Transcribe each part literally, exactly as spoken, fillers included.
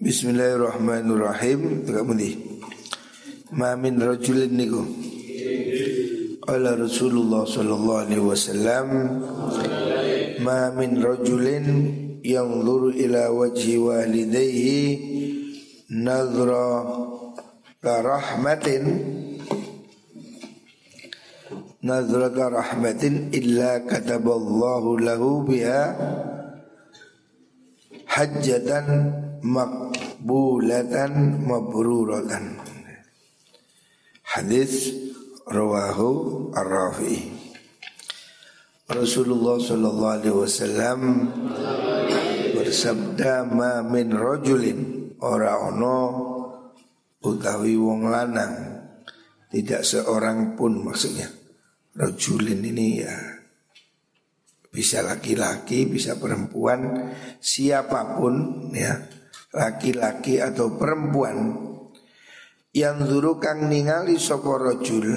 Bismillahirrahmanirrahim. Kemudian ma min rajulin niku ala Rasulullah sallallahu alaihi wasallam ma min rajulin yanzuru ila wajhi walidayhi nadhra rahmatin nadhra rahmatin illa kataballahu lahu biha hajjatan maqbulatan mabruratan. Hadis rawahu Ar-Rafi'i. Rasulullah sallallahu alaihi wasallam bersabda, ma min rajulin, ora ono utawi wong lanang, tidak seorang pun, maksudnya rajulin ini ya bisa laki-laki, bisa perempuan, siapapun ya, laki-laki atau perempuan, yang zuru kang ningali sapa rajul,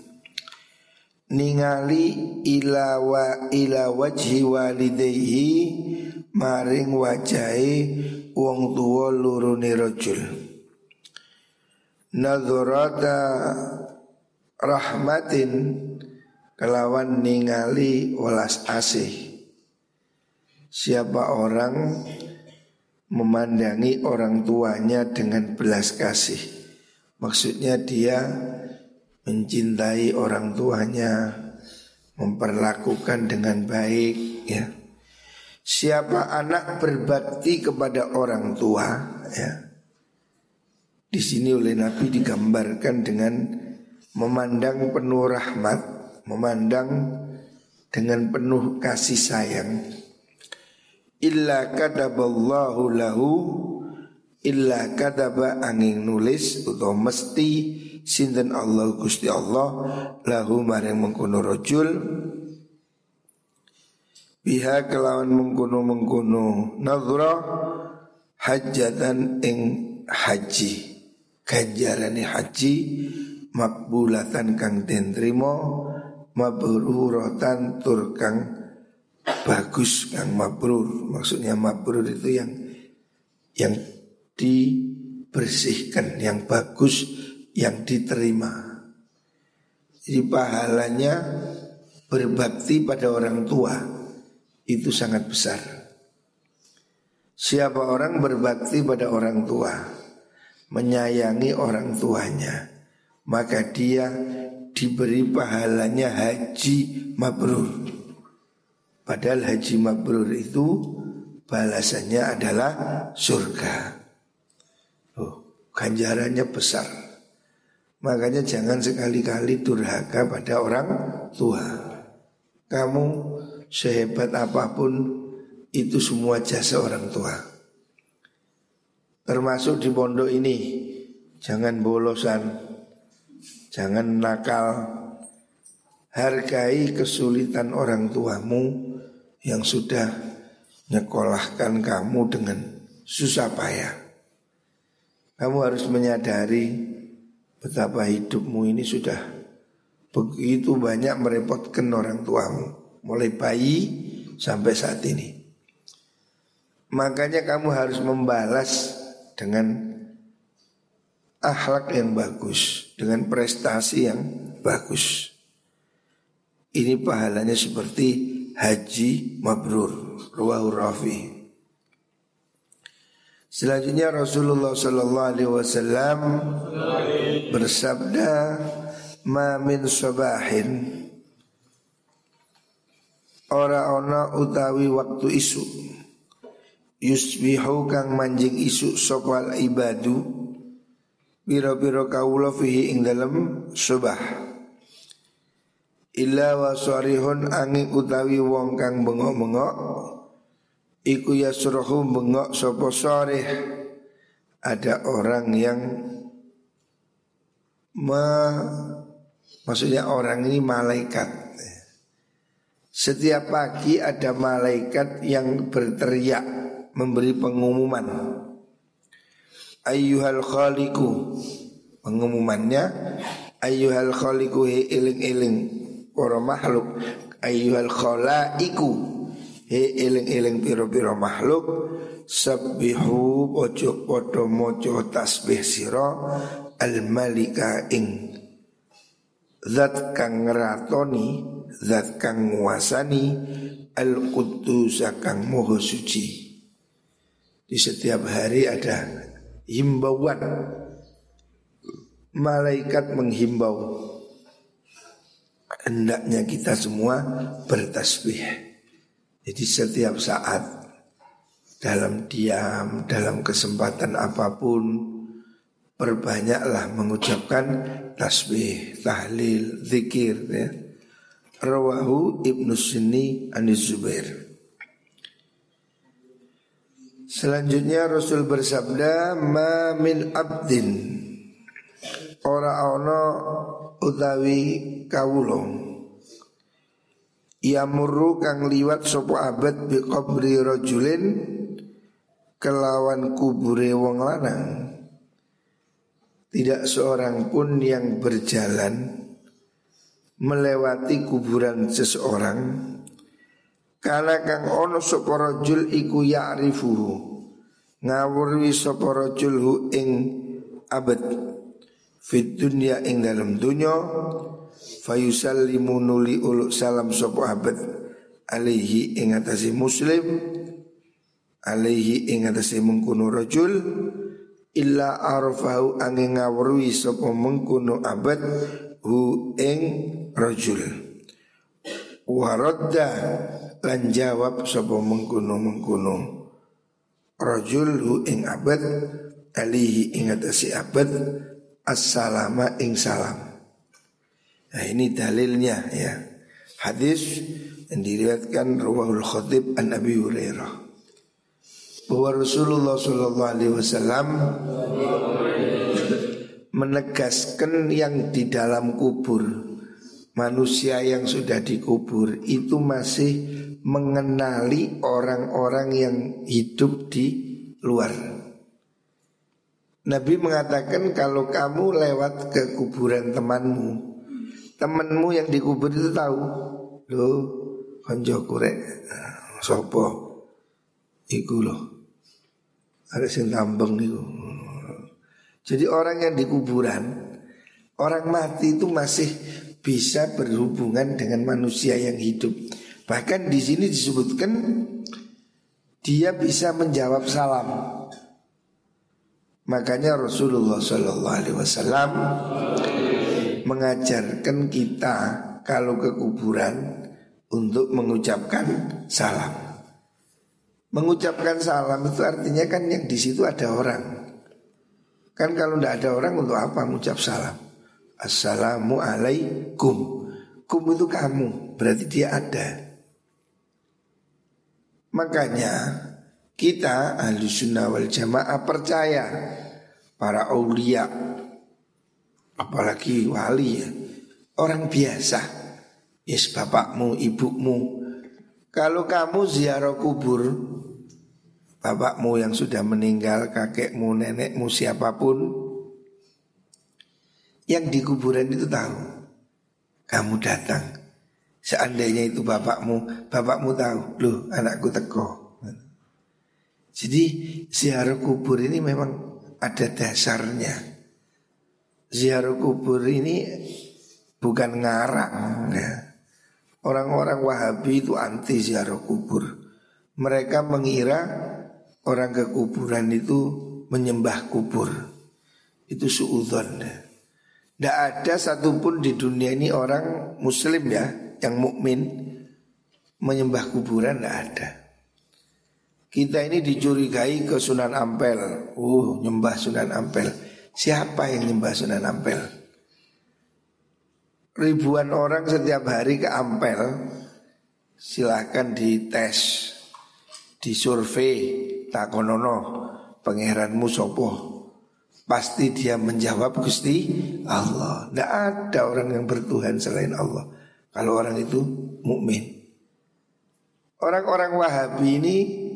ningali ila wa ila wajhi walidayhi, maring wajahe wong tuwa lurune rajul, nadharata rahmatin, kelawan ningali welas asih. Siapa orang memandangi orang tuanya dengan belas kasih, maksudnya dia mencintai orang tuanya, memperlakukan dengan baik ya. Siapa anak berbakti kepada orang tua ya. Di sini oleh Nabi digambarkan dengan memandang penuh rahmat, memandang dengan penuh kasih sayang. Illa kataballahu lahu, illa kataba angin nulis atau mesti sinten Allah Gusti Allah lahu maring mengkono rajul biha kelawan mengkono-mengkono nadhra hajjatan ing haji, ganjarane haji makbulatan kang den trima mabruratan tur kang bagus, kang mabrur. Maksudnya mabrur itu yang yang dibersihkan, yang bagus, yang diterima. Jadi pahalanya berbakti pada orang tua itu sangat besar. Siapa orang berbakti pada orang tua, menyayangi orang tuanya, maka dia diberi pahalanya haji mabrur. Padahal haji mabrur itu balasannya adalah surga. Oh, ganjarannya besar. Makanya jangan sekali-kali durhaka pada orang tua. Kamu sehebat apapun, itu semua jasa orang tua. Termasuk di pondok ini, jangan bolosan, jangan nakal. Hargai kesulitan orang tuamu yang sudah nyekolahkan kamu dengan susah payah. Kamu harus menyadari betapa hidupmu ini sudah begitu banyak merepotkan orang tuamu, mulai bayi sampai saat ini. Makanya kamu harus membalas dengan akhlak yang bagus, dengan prestasi yang bagus. Ini pahalanya seperti haji mabrur. Rawahu Rafi. Selanjutnya Rasulullah sallallahu alaihi wasallam bersabda, ma min sabahin, ora ana utawi waktu isu, yusbihu kang manjing isu sopal ibadu, biro-biro kawula fihi ing dalem subah, illa wa sarihun angin utawi wong kang bengok-bengok, iku yasruhu bengok sapa sarih. Ada orang yang me, maksudnya orang ini malaikat. Setiap pagi ada malaikat yang berteriak, memberi pengumuman, ayyuhal khaliqu, pengumumannya ayyuhal khaliqu, he iling-iling para makhluk, ayyuhal khalaiku, he eling-eling piro-piro makhluk, sabbihu ojo podo mojo tasbih sira al-malika ing zat kang ngeratoni, zat kang nguasani, al-quddus kang moho suci. Di setiap hari ada himbauan, malaikat menghimbau hendaknya kita semua bertasbih. Jadi setiap saat, dalam diam, dalam kesempatan apapun, perbanyaklah mengucapkan tasbih, tahlil, zikir ya. Rawahu Ibnu Sunni An-Zubair. Selanjutnya Rasul bersabda, ma min abdin, ora ana utawi kawula, yamurru kang liwat sapa abad bi qabri rajulin kelawan kubure wong lanang. Tidak seorang pun yang berjalan melewati kuburan seseorang, kana kang ono sapa rajul iku ya'rifuhu, ngawurwi sapa rajul hu ing abad, fit dunya ing dalam dunya, fayusallimu nuli uluk salam sapa abad alaihi ing atase muslim, alaihi ing atase mengkono rajul, illa arfahu angin ngawurwi sapa mengkono abad hu ing rajul, waradda lan jawab sapa mengkono-mengkono rajul hu ing abad alihi ing atase abad assalama ing salam. Nah ini dalilnya ya. Hadis yang diriwayatkan rawahul Khatib an Abi Hurairah, bahwa Rasulullah sallallahu alaihi wasallam menegaskan yang di dalam kubur, manusia yang sudah dikubur itu masih mengenali orang-orang yang hidup di luar. Nabi mengatakan kalau kamu lewat ke kuburan temanmu, temanmu yang dikubur itu tahu, loh konco kurek sopo iku loh, ada sing tambeng niku. Jadi orang yang di kuburan, orang mati itu masih bisa berhubungan dengan manusia yang hidup. Bahkan di sini disebutkan dia bisa menjawab salam. Makanya Rasulullah Shallallahu Alaihi Wasallam mengajarkan kita kalau ke kuburan untuk mengucapkan salam. Mengucapkan salam itu artinya kan yang di situ ada orang. Kan kalau tidak ada orang untuk apa mengucap salam? Assalamualaikum. Kum itu kamu, berarti dia ada. Makanya kita Ahlussunnah wal Jamaah percaya para aulia, apalagi wali ya, orang biasa, yes bapakmu, ibumu. Kalau kamu ziarah kubur bapakmu yang sudah meninggal, kakekmu, nenekmu, siapapun, yang di kuburan itu tahu kamu datang. Seandainya itu bapakmu, bapakmu tahu, loh anakku teko. Jadi ziarah kubur ini memang ada dasarnya. Ziarah kubur ini bukan ngarang ya. Orang-orang Wahabi itu anti ziarah kubur. Mereka mengira orang ke kuburan itu menyembah kubur. Itu suudzon. Tidak ada satupun di dunia ini orang muslim ya yang mukmin menyembah kuburan, tidak ada. Kita ini dicurigai ke Sunan Ampel. Uh, nyembah Sunan Ampel. Siapa yang nyembah Sunan Ampel? Ribuan orang setiap hari ke Ampel. Silahkan dites, disurvei, takonono pangeranmu sopo. Pasti dia menjawab Gusti Allah. Tidak ada orang yang bertuhan selain Allah kalau orang itu mukmin. Orang-orang Wahabi ini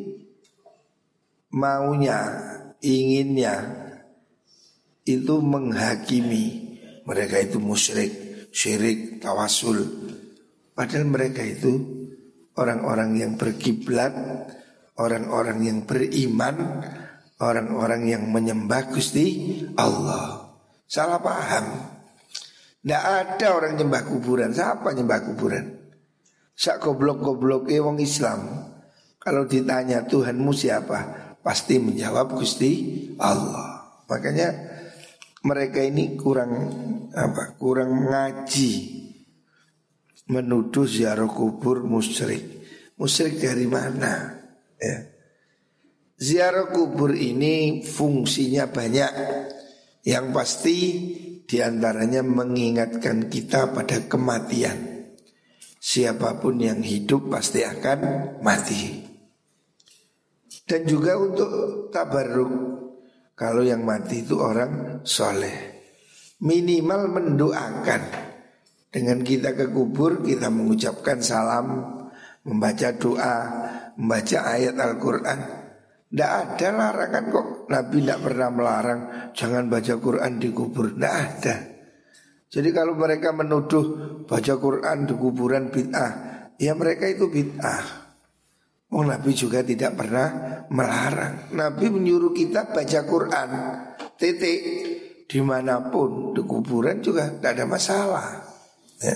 maunya, inginnya itu menghakimi. Mereka itu musyrik, syirik, tawasul. Padahal mereka itu orang-orang yang berkiblat, orang-orang yang beriman, orang-orang yang menyembah Gusti Allah. Salah paham. Tidak ada orang nyembah kuburan. Siapa nyembah kuburan? Sak goblok-goblok wong Islam. Kalau ditanya Tuhanmu siapa, pasti menjawab Gusti Allah. Makanya mereka ini kurang apa? Kurang ngaji, menuduh ziarah kubur musyrik. Musyrik dari mana? Ya. Ziarah kubur ini fungsinya banyak. Yang pasti diantaranya mengingatkan kita pada kematian. Siapapun yang hidup pasti akan mati. Dan juga untuk tabarruk, kalau yang mati itu orang soleh, minimal mendoakan. Dengan kita ke kubur, kita mengucapkan salam, membaca doa, membaca ayat Al-Quran. Tidak ada larangan kok. Nabi tidak pernah melarang jangan baca Quran di kubur. Tidak ada. Jadi kalau mereka menuduh baca Quran di kuburan bid'ah, ya mereka itu bid'ah. Oh, Nabi juga tidak pernah melarang. Nabi menyuruh kita baca Quran, titik, dimanapun, di kuburan juga tidak ada masalah. Ya.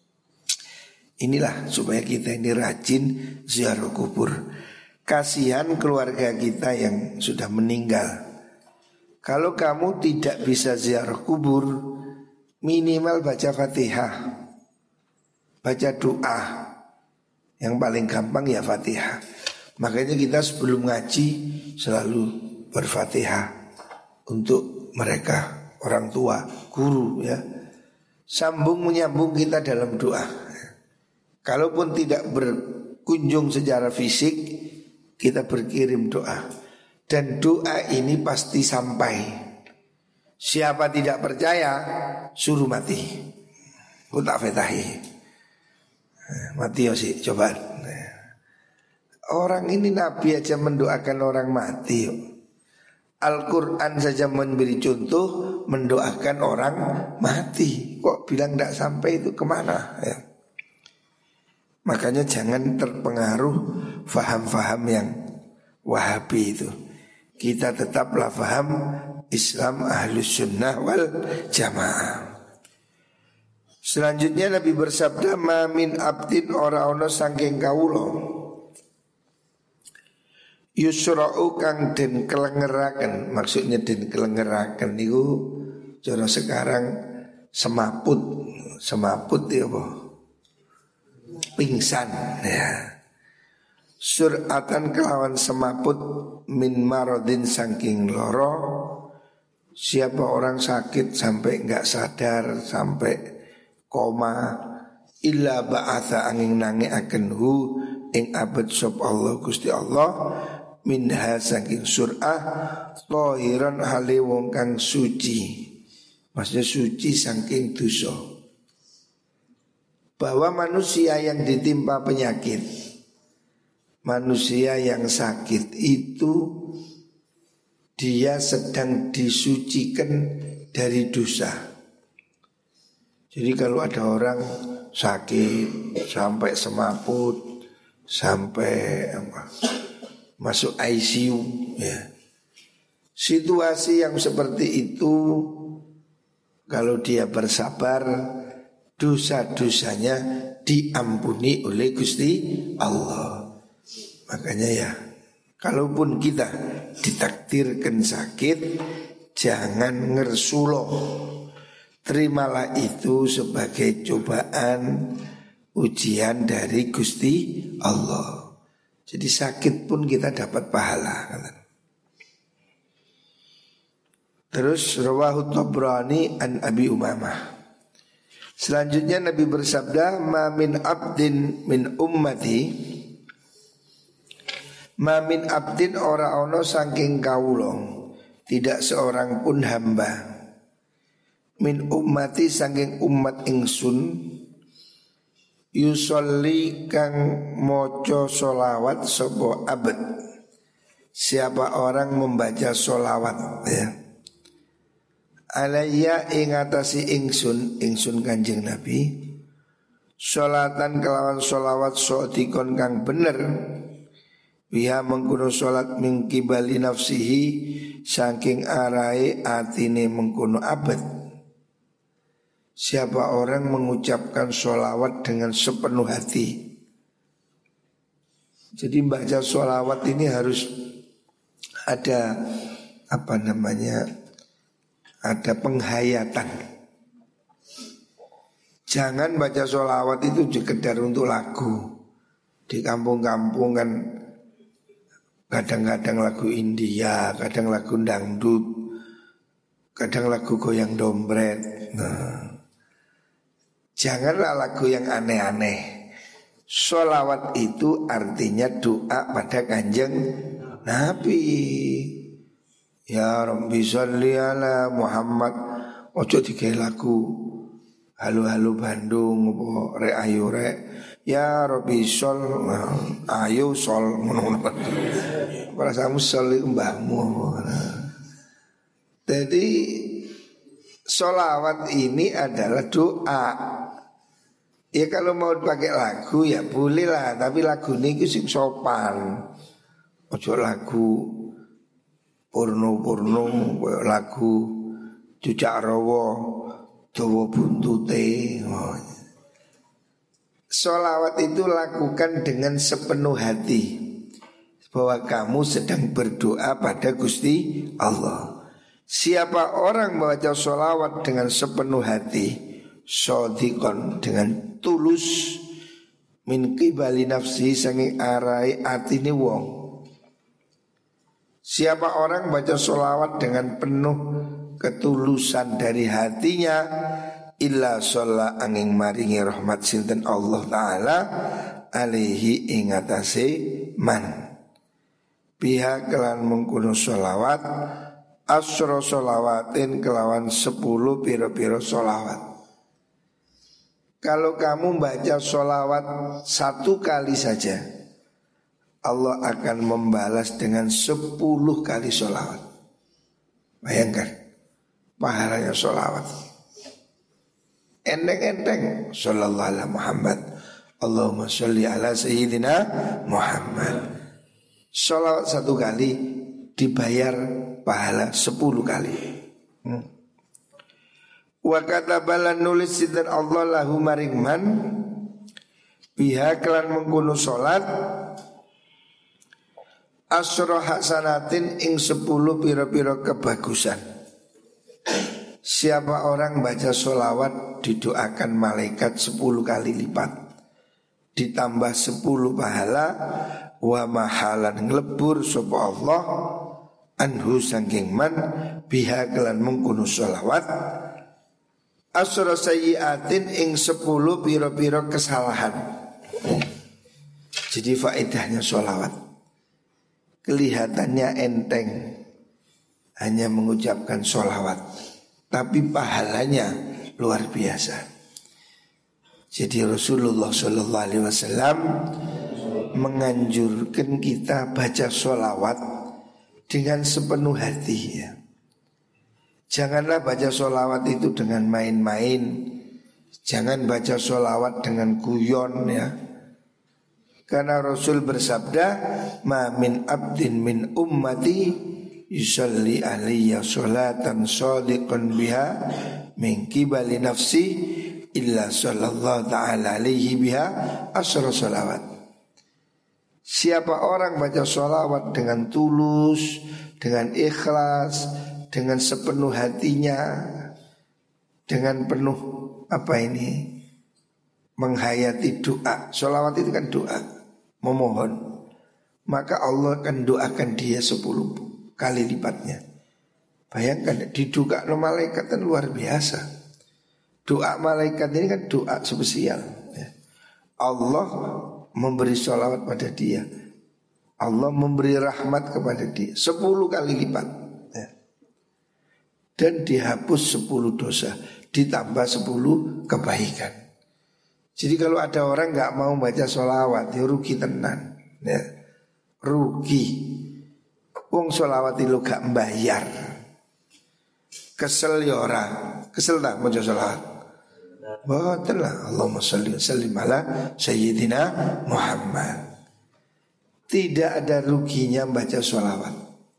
Inilah supaya kita ini rajin ziarah kubur. Kasihan keluarga kita yang sudah meninggal. Kalau kamu tidak bisa ziarah kubur, minimal baca Fatihah, baca doa. Yang paling gampang ya Fatihah. Makanya kita sebelum ngaji selalu berfatihah untuk mereka, orang tua, guru ya. Sambung menyambung kita dalam doa. Kalaupun tidak berkunjung secara fisik, kita berkirim doa. Dan doa ini pasti sampai. Siapa tidak percaya, suruh mati. Utak fetahi. Mati ya sih, coba. Orang ini Nabi aja mendoakan orang mati. Al-Quran saja memberi contoh mendoakan orang mati. Kok bilang tidak sampai itu kemana ya? Makanya jangan terpengaruh faham-faham yang Wahabi itu. Kita tetaplah faham Islam Ahlus Sunnah wal Jamaah. Selanjutnya Nabi bersabda, ma min abdin ora ono sangking kawula yusra'u kang den kelengeraken. Maksudnya den kelengeraken niku cara sekarang semaput. Semaput ya apa? Pingsan ya. Sur'atan kelawan semaput min marodin sangking loro. Siapa orang sakit sampai enggak sadar, sampai koma, illa ba'atha angin nangi akan hu ing abad sop Allah Gusti Allah minha saking sur'ah tohiran hale wong kang suci. Maksudnya suci saking dosa. Bahwa manusia yang ditimpa penyakit, manusia yang sakit itu dia sedang disucikan dari dosa. Jadi kalau ada orang sakit sampai semaput, sampai apa, masuk I C U ya. Situasi yang seperti itu kalau dia bersabar, dosa-dosanya diampuni oleh Gusti Allah. Makanya ya, kalaupun kita ditakdirkan sakit, jangan ngersulo. Terimalah itu sebagai cobaan, ujian dari Gusti Allah. Jadi sakit pun kita dapat pahala. Terus rawahu Tabrani an Abi Umamah. Selanjutnya Nabi bersabda, ma min abdin min ummati, ma min abdin ora ono saking kawula, tidak seorang pun hamba, min ummati saking umat ingsun, yusolli kang moco solawat sopo abad. Siapa orang membaca solawat ya, alayya ingatasi ingsun, ingsun kanjeng Nabi, Sholatan kelawan sholawat sodikon kang bener, biha mengkuno sholat mingki bali nafsihi saking arai atine mengkuno abad. Siapa orang mengucapkan sholawat dengan sepenuh hati. Jadi baca sholawat ini harus ada apa namanya, ada penghayatan. Jangan baca sholawat itu sekedar untuk lagu. Di kampung-kampung kan kadang-kadang lagu India, kadang lagu dangdut, kadang lagu goyang dompet. Nah, janganlah lagu yang aneh-aneh. Sholawat itu artinya doa pada kanjeng Nabi. Ya Rabbi sholli ala Muhammad. Ojo digawe lagu halu-halu Bandung apa rek ayu rek. Ya Rabbi shol ayu sol ngono-ngono. Perasaanmu sol iku mbahmu. Jadi sholawat ini adalah doa. Ya kalau mau pakai lagu ya boleh lah, tapi lagu ini sing sopan. Ojo lagu porno-porno, lagu Jujak Rawa, dawa buntute. Oh. Sholawat itu lakukan dengan sepenuh hati, bahwa kamu sedang berdoa pada Gusti Allah. Siapa orang membaca sholawat dengan sepenuh hati, sodikon dengan tulus, min qibali nafsi sangi arai atine wong. Siapa orang baca sholawat dengan penuh ketulusan dari hatinya, illa sholla angin maringi rahmat sinten Allah Ta'ala alaihi ingatase man. Pihak kelan mengkuno sholawat asro sholawatin kelawan sepuluh piro-piro sholawat. Kalau kamu baca sholawat satu kali saja, Allah akan membalas dengan sepuluh kali sholawat. Bayangkan pahalanya sholawat. Enteng-enteng. Sallallahu ala Muhammad, Allahumma sholli ala Sayyidina Muhammad. Sholawat satu kali dibayar pahala sepuluh kali. Hmm. Wa katabalan nulis sinten Allah lahu maring man biha kelan mengkuno salat asra hasanatin ing sepuluh pira-pira kebagusan. Siapa orang baca sholawat didoakan malaikat sepuluh kali lipat, ditambah sepuluh pahala, wa mahalan nglebur sapa Allah anhu sangking man biha kelan mengkuno sholawat asra sayyiatin ing sepuluh piro-piro kesalahan. Jadi faedahnya sholawat, kelihatannya enteng, hanya mengucapkan sholawat, tapi pahalanya luar biasa. Jadi Rasulullah Shallallahu Alaihi Wasallam menganjurkan kita baca sholawat dengan sepenuh hati ya. Janganlah baca sholawat itu dengan main-main. Jangan baca sholawat dengan guyon ya. Karena Rasul bersabda, ma min abdin min ummati yusalli alaiya sholatan shadiqan biha min qibali nafsi illa sallallahu ta'ala alaihi biha asra sholawat. Siapa orang baca sholawat dengan tulus, dengan ikhlas, dengan sepenuh hatinya, dengan penuh apa ini, menghayati doa. Sholawat itu kan doa, memohon. Maka Allah akan doakan dia sepuluh kali lipatnya. Bayangkan didoa no malaikat kan luar biasa. Doa malaikat ini kan doa spesial ya. Allah memberi sholawat pada dia, Allah memberi rahmat kepada dia sepuluh kali lipat ya. Dan dihapus sepuluh dosa, ditambah sepuluh kebaikan. Jadi kalau ada orang gak mau baca sholawat, ya rugi tenan ya. Rugi. Wong sholawat itu gak membayar. Kesel ya orang. Kesel tak baca sholawat? Betul, Allahumma sholli wa sallim ala Sayyidina Muhammad. Tidak ada ruginya baca sholawat.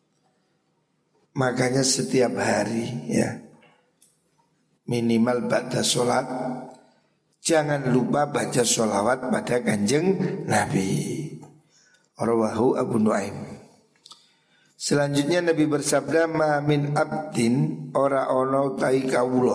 Makanya setiap hari ya, minimal ba'da sholat, jangan lupa baca sholawat pada kanjeng Nabi. Rawahu Abu Nuaim. Selanjutnya Nabi bersabda, ma min abdin ora ono tai kawula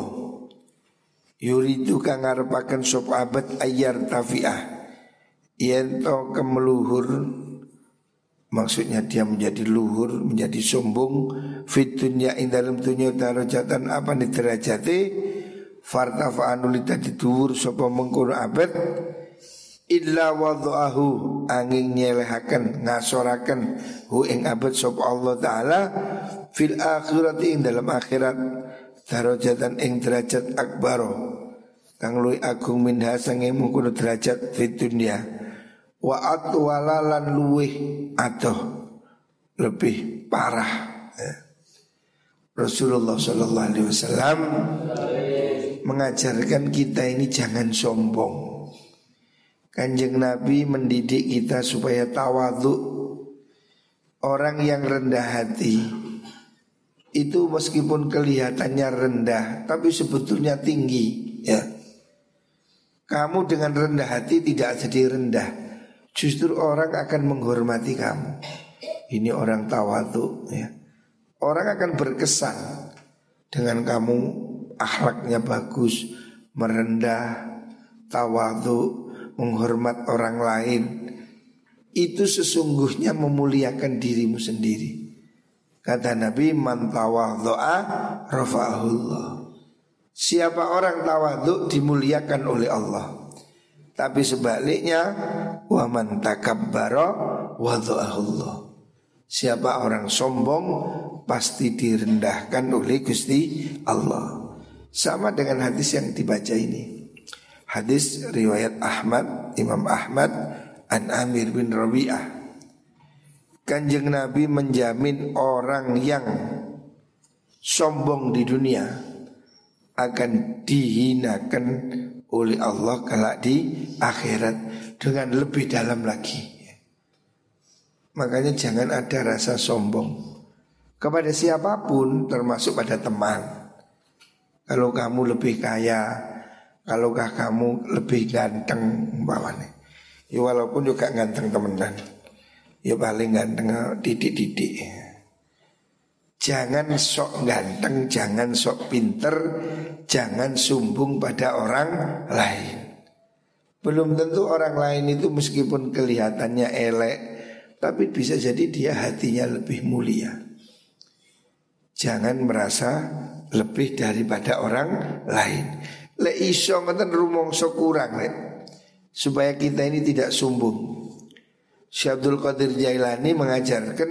yuridu kang ngarepaken sop abad ayar tafiah yen to kemeluhur, maksudnya dia menjadi luhur, menjadi sombong, fit dunya ing dalam dunya darajatan apa ni derajate, fartafa anulita dituwur sapa mengkono abad, illa wadhahu angin nyelehaken ngasoraken hu ing abad sapa Allah taala fil akhirati ing dalam akhirat darajatan ing derajat akbaro kang luwih agung minha sange mengkono derajat fit dunya wa atwala lan luwih adoh lebih parah ya. Rasulullah sallallahu alaihi wasallam mengajarkan kita ini jangan sombong. Kanjeng Nabi mendidik kita supaya tawadhu. Orang yang rendah hati itu meskipun kelihatannya rendah tapi sebetulnya tinggi ya. Kamu dengan rendah hati tidak jadi rendah, justru orang akan menghormati kamu. Ini orang tawadhu ya. Orang akan berkesan dengan kamu akhlaknya bagus, merendah, tawadhu, menghormat orang lain. Itu sesungguhnya memuliakan dirimu sendiri. Kata Nabi, man tawadhu'a rafa'ahullah. Siapa orang tawadhu dimuliakan oleh Allah. Tapi sebaliknya, wa man takabbara wadha'ahullah. Siapa orang sombong pasti direndahkan oleh Gusti Allah. Sama dengan hadis yang dibaca ini. Hadis riwayat Ahmad, Imam Ahmad an Amir bin Rabi'ah. Kanjeng Nabi menjamin orang yang sombong di dunia akan dihinakan oleh Allah kelak di akhirat dengan lebih dalam lagi. Makanya jangan ada rasa sombong kepada siapapun, termasuk pada teman. Kalau kamu lebih kaya, kalaukah kamu lebih ganteng umpamanya, ya walaupun juga ganteng temenan, ya paling ganteng didik-didik. Jangan sok ganteng, jangan sok pinter, jangan sombong pada orang lain. Belum tentu orang lain itu meskipun kelihatannya elek, tapi bisa jadi dia hatinya lebih mulia. Jangan merasa lebih daripada orang lain. Le iso ngoten rumangsa kurang lek, supaya kita ini tidak sombong. Syekh Abdul Qadir Jailani mengajarkan,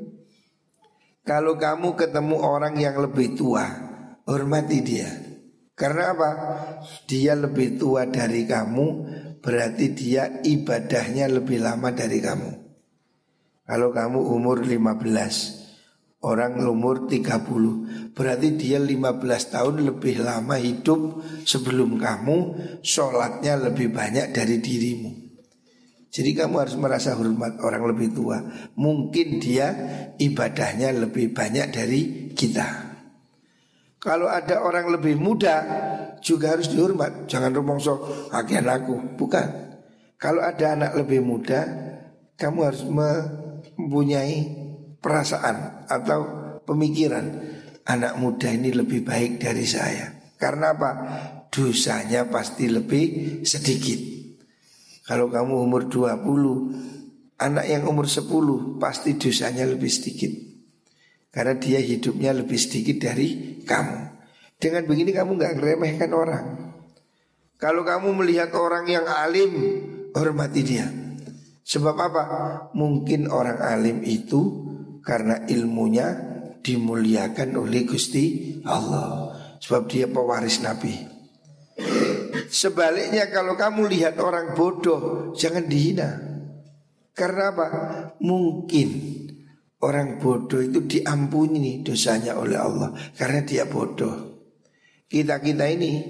kalau kamu ketemu orang yang lebih tua, hormati dia. Karena apa? Dia lebih tua dari kamu, berarti dia ibadahnya lebih lama dari kamu. Kalau kamu umur lima belas, orang umur tiga puluh, berarti dia lima belas tahun lebih lama hidup sebelum kamu, sholatnya lebih banyak dari dirimu. Jadi kamu harus merasa hormat orang lebih tua. Mungkin dia ibadahnya lebih banyak dari kita. Kalau ada orang lebih muda juga harus dihormat. Jangan rumongso agen aku, bukan. Kalau ada anak lebih muda, kamu harus mempunyai perasaan atau pemikiran, anak muda ini lebih baik dari saya. Karena apa? Dosanya pasti lebih sedikit. Kalau kamu umur dua puluh, anak yang umur sepuluh pasti dosanya lebih sedikit. Karena dia hidupnya lebih sedikit dari kamu. Dengan begini kamu gak ngeremehkan orang. Kalau kamu melihat orang yang alim, hormati dia. Sebab apa? Mungkin orang alim itu karena ilmunya dimuliakan oleh Gusti Allah. Sebab dia pewaris Nabi. Sebaliknya kalau kamu lihat orang bodoh, jangan dihina. Karena apa? Mungkin orang bodoh itu diampuni dosanya oleh Allah karena dia bodoh. Kita-kita ini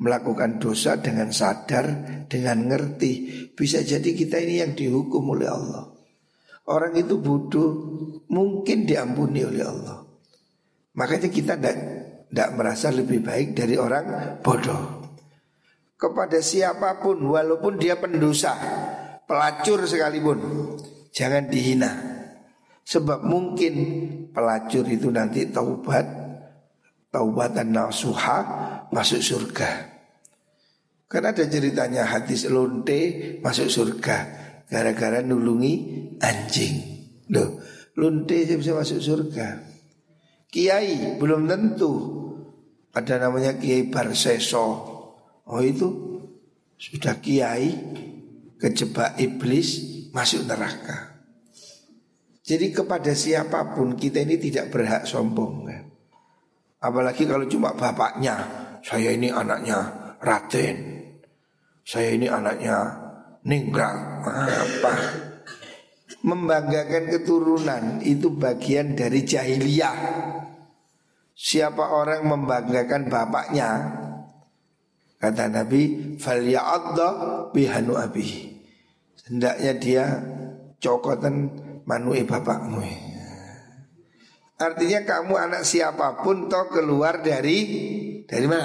melakukan dosa dengan sadar, dengan ngerti. Bisa jadi kita ini yang dihukum oleh Allah. Orang itu bodoh mungkin diampuni oleh Allah. Makanya kita tidak merasa lebih baik dari orang bodoh. Kepada siapapun walaupun dia pendosa, pelacur sekalipun, jangan dihina. Sebab mungkin pelacur itu nanti taubat, taubatan nasuha, masuk surga. Karena ada ceritanya hadis lonte masuk surga gara-gara nulungi anjing. Loh, lonte bisa masuk surga. Kiai belum tentu. Ada namanya Kiai Barseso. Oh itu sudah kiai kejebak iblis masuk neraka. Jadi kepada siapapun kita ini tidak berhak sombong kan? Apalagi kalau cuma bapaknya, saya ini anaknya Raden, saya ini anaknya Ningrat. Apa? Membanggakan keturunan itu bagian dari jahiliyah. Siapa orang membanggakan bapaknya, kata Nabi, falya'adda bihanu abi. Hendaknya dia cokotan manui bapakmu. Artinya kamu anak siapapun toh keluar dari dari mana?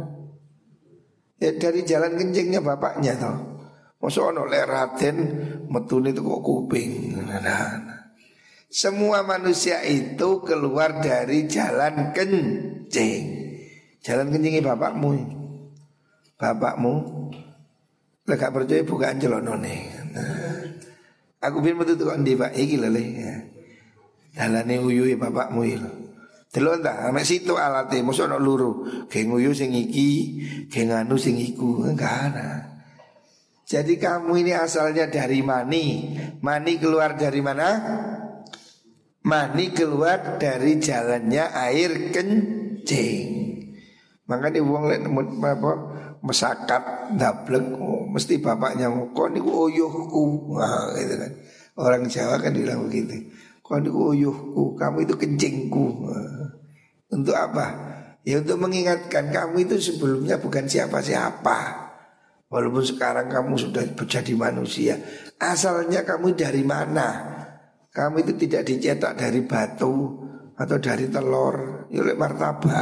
Ya dari jalan kencingnya bapaknya toh. Masa ono lek Raden metune itu kok kuping. Nah, nah. Semua manusia itu keluar dari jalan kencing. Jalan kencingnya bapakmu. Bapakmu lek gak percaya bukaan celonone. Nah, aku bin metu kok ndi Pak iki lho le. Dalane uyuhe bapakmu iki lho. Delok ta, mek situ alate mosok ono loro. Ge nguyu sing iki, ge nganu sing iku, enggak ada. Jadi kamu ini asalnya dari mani. Mani keluar dari mana? Mani keluar dari jalannya air kencing. Makanya wong lek apa mesakat dablek oh, mesti bapaknya kok niku uyuhku. Nah, gitu kan. Orang Jawa kan bilang begitu. Kok niku uyuhku, kamu itu kencingku. Nah, untuk apa? Ya untuk mengingatkan kamu itu sebelumnya bukan siapa-siapa. Walaupun sekarang kamu sudah menjadi manusia, asalnya kamu dari mana? Kamu itu tidak dicetak dari batu atau dari telur, oleh martabak.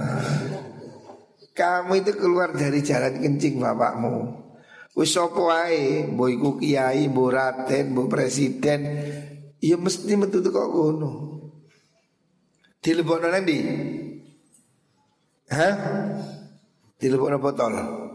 Kamu itu keluar dari jalan kencing bapakmu. Wis sapa wae, mbok iku kiai, mbok raden, mbok presiden, ya mesti metu kok ngono. Dilebokno nang ndi? Hah? Dilebokno botol.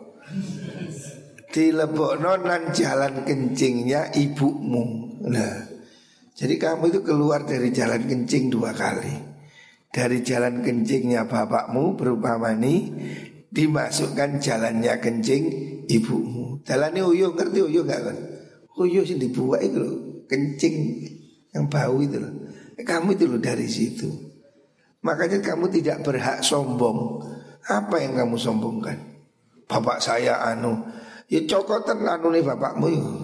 Dilebokno nang jalan kencingnya ibumu. Nah, jadi kamu itu keluar dari jalan kencing dua kali. Dari jalan kencingnya bapakmu berupa mani, dimasukkan jalannya kencing ibumu. Jalannya uyuh, ngerti uyuh gak kan? Uyuh sih dibuat itu loh, kencing yang bau itu loh. Kamu itu loh dari situ. Makanya kamu tidak berhak sombong. Apa yang kamu sombongkan? Bapak saya anu, ya cokotan anu nih bapakmu.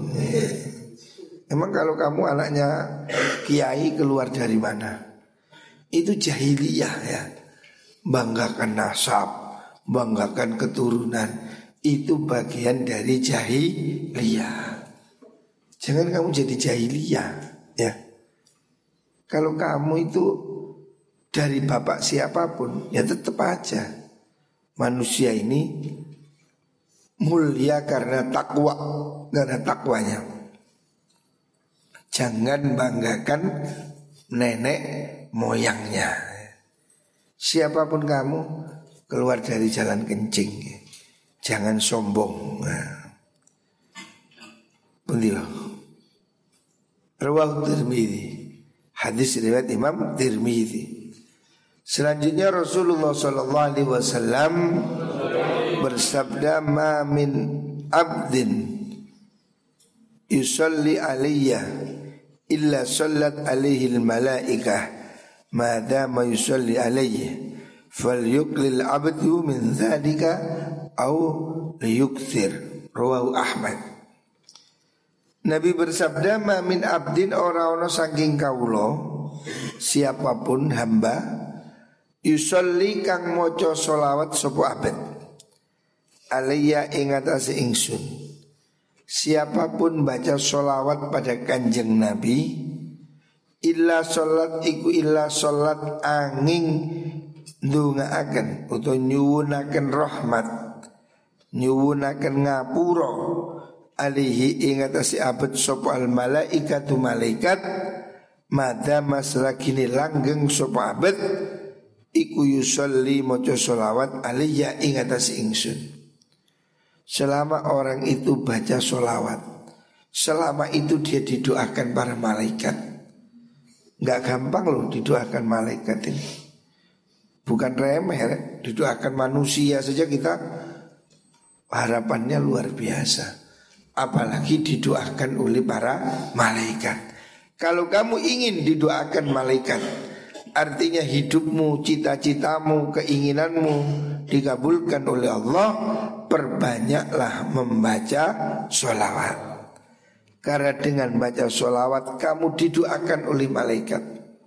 Emang kalau kamu anaknya kiai keluar dari mana? Itu jahiliyah ya. Banggakan nasab, banggakan keturunan, itu bagian dari jahiliyah. Jangan kamu jadi jahiliyah ya. Kalau kamu itu dari bapak siapapun, ya tetap aja manusia ini mulia karena takwa, karena takwanya. Jangan banggakan nenek moyangnya. Siapapun kamu keluar dari jalan kencing, jangan sombong. Beliau Rawahu Tirmidzi, hadis riwayat Imam Tirmidzi. Selanjutnya Rasulullah sallallahu alaihi wasallam bersabda, "Ma min abdin yusalli alayya illa sallat alaihi al-malaikah ma dama yusalli alayhi falyuqlil abdu min dzalika au liyukthir." Rawahu Ahmad. Nabi bersabda, "Ma min abdin ora ono saking kawula siapapun hamba yusalli kang maca selawat sapa abad Alaiya ingatasi ingsun. Siapapun baca sholawat pada kanjeng Nabi, illa sholat iku illa sholat angin ndongaaken utawa nyuwunaken rahmat, nyuwunaken ngapura alihi ingatasi abad sapa al malaikatu malaikat, madama selagine langgeng sapa abad iku yusolli maca sholawat alaiya ingatasi ingsun. Selama orang itu baca sholawat, selama itu dia didoakan para malaikat. Gak gampang loh didoakan malaikat ini. Bukan remeh, didoakan manusia saja kita harapannya luar biasa. Apalagi didoakan oleh para malaikat. Kalau kamu ingin didoakan malaikat, artinya hidupmu, cita-citamu, keinginanmu dikabulkan oleh Allah, perbanyaklah membaca sholawat. Karena dengan baca sholawat kamu didoakan oleh malaikat.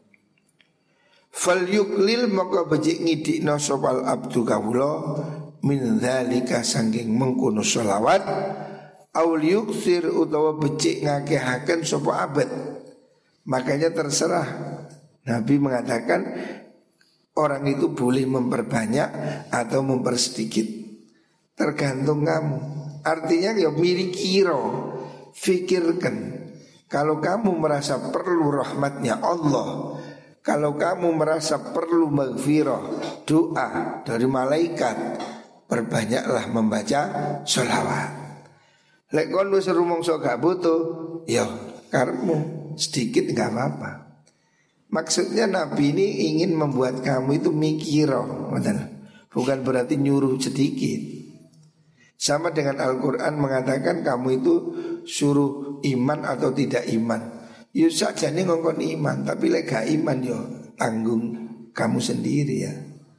Fal yuklil maka becik ngidikno sopal abdu kawula min dzalika sangking mengkono sholawat, aul yuksir utawa becik ngakehaken sopa abad. Makanya terserah, Nabi mengatakan orang itu boleh memperbanyak atau mempersedikit, tergantung kamu. Artinya ya mirikiro, fikirkan. Kalau kamu merasa perlu rahmatnya Allah, kalau kamu merasa perlu maghfirah, doa dari malaikat, perbanyaklah membaca sholawat. Lek kon wis rumangsa gak butuh, ya karepmu sedikit gak apa-apa. Maksudnya Nabi ini ingin membuat kamu itu mikiro, bukan berarti nyuruh sedikit. Sama dengan Al-Quran mengatakan kamu itu suruh iman atau tidak iman. Ya saja nih ngongkon iman, tapi lek gak iman yo tanggung kamu sendiri ya.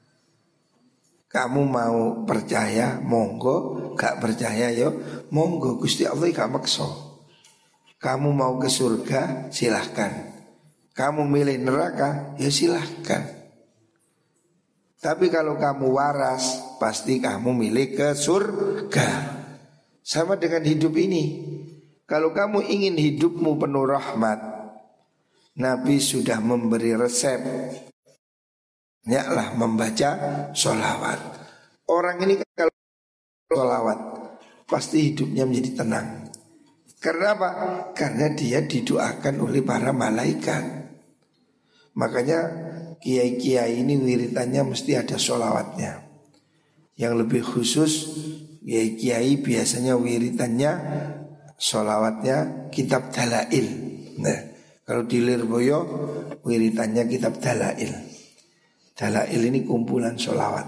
Kamu mau percaya monggo, gak percaya yo monggo, Gusti Allah gak maksa. Kamu mau ke surga silahkan, kamu milih neraka ya silahkan. Tapi kalau kamu waras, pasti kamu milih ke surga. Sama dengan hidup ini. Kalau kamu ingin hidupmu penuh rahmat, Nabi sudah memberi resep. Banyaklah membaca sholawat. Orang ini kalau sholawat pasti hidupnya menjadi tenang. Karena apa? Karena dia didoakan oleh para malaikat. Makanya kiai-kiai ini wiritannya mesti ada sholawatnya. Yang lebih khusus kiai-kiai biasanya wiritannya sholawatnya kitab Dalail. Nah, kalau di Lirboyo wiritannya kitab Dalail. Dalail ini kumpulan sholawat.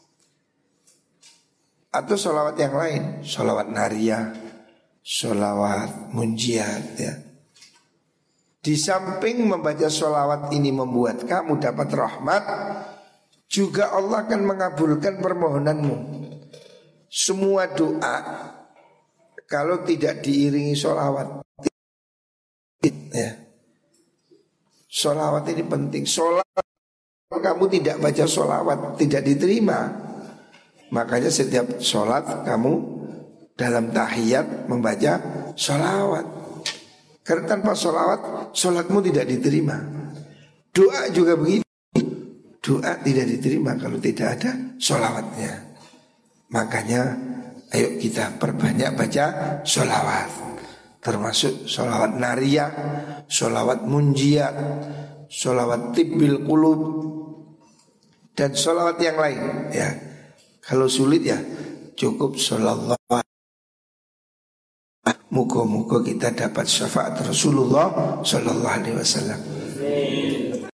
Atau sholawat yang lain, sholawat nariyah, sholawat munjiat ya. Di samping membaca sholawat ini membuat kamu dapat rahmat, juga Allah akan mengabulkan permohonanmu. Semua doa kalau tidak diiringi sholawat ya. Sholawat ini penting. Sholawat kamu tidak baca sholawat tidak diterima. Makanya setiap sholat kamu dalam tahiyat membaca sholawat. Karena tanpa sholawat sholatmu tidak diterima. Doa juga begitu. Doa tidak diterima kalau tidak ada sholawatnya. Makanya ayo kita perbanyak baca sholawat. Termasuk sholawat nariyah, sholawat munjiat, sholawat tibbil qulub, dan sholawat yang lain ya. Kalau sulit ya cukup sholawat. Muka-muka kita dapat syafaat Rasulullah Sallallahu Alaihi Wasallam.